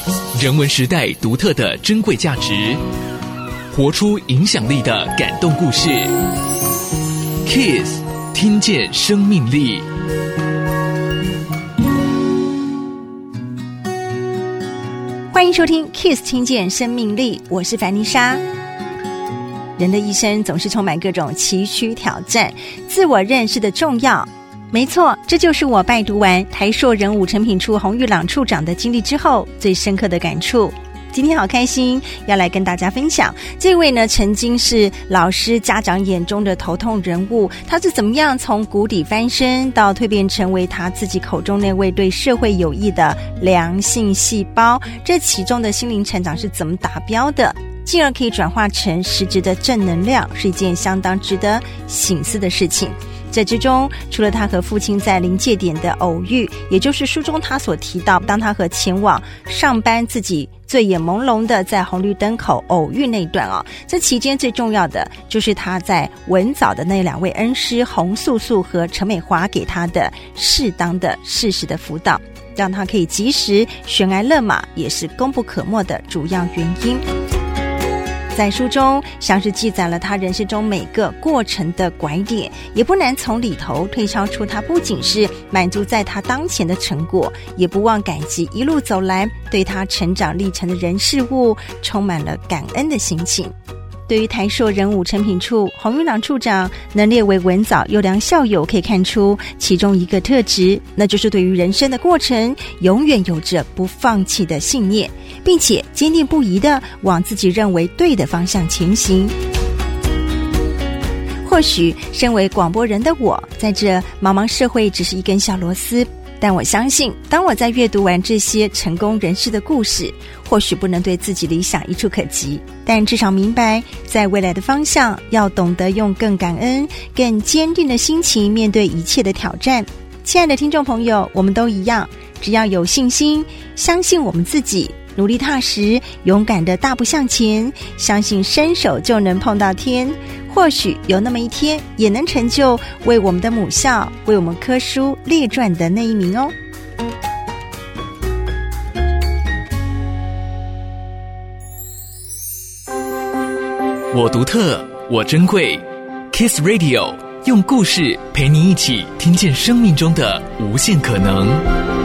人文时代独特的珍贵价值，活出影响力的感动故事。KISS 听见生命力。 欢迎收听 KISS 听见生命力，我是凡妮莎。人的一生总是充满各种崎岖挑战，自我认识的重要。没错，这就是我拜读完台塑人武成品处洪玉朗处长的经历之后最深刻的感触。今天好开心要来跟大家分享这位呢，曾经是老师家长眼中的头痛人物，他是怎么样从谷底翻身到蜕变成为他自己口中那位对社会有益的良性细胞，这其中的心灵成长是怎么达标的，进而可以转化成实质的正能量，是一件相当值得省思的事情。这之中，除了他和父亲在临界点的偶遇，也就是书中他所提到，当他和前往上班自己醉眼朦胧的在红绿灯口偶遇那一段这期间最重要的就是他在文藻的那两位恩师洪素素和陈美华给他的适当的适时的辅导，让他可以及时悬崖勒马，也是功不可没的主要原因。在书中详实记载了他人生中每个过程的拐点，也不难从里头推敲出他不仅是满足在他当前的成果，也不忘感激一路走来对他成长历程的人事物充满了感恩的心情。对于台塑人武成品处洪玉朗处长能列为文藻优良校友，可以看出其中一个特质，那就是对于人生的过程永远有着不放弃的信念，并且坚定不移地往自己认为对的方向前行。或许身为广播人的我，在这茫茫社会只是一根小螺丝，但我相信当我在阅读完这些成功人士的故事，或许不能对自己理想一触可及，但至少明白在未来的方向要懂得用更感恩更坚定的心情面对一切的挑战。亲爱的听众朋友，我们都一样，只要有信心，相信我们自己，努力踏实，勇敢的大步向前，相信伸手就能碰到天，或许有那么一天也能成就为我们的母校，为我们科书列传的那一名哦。 我独特，我珍贵。KISS Radio 用故事陪你一起听见生命中的无限可能。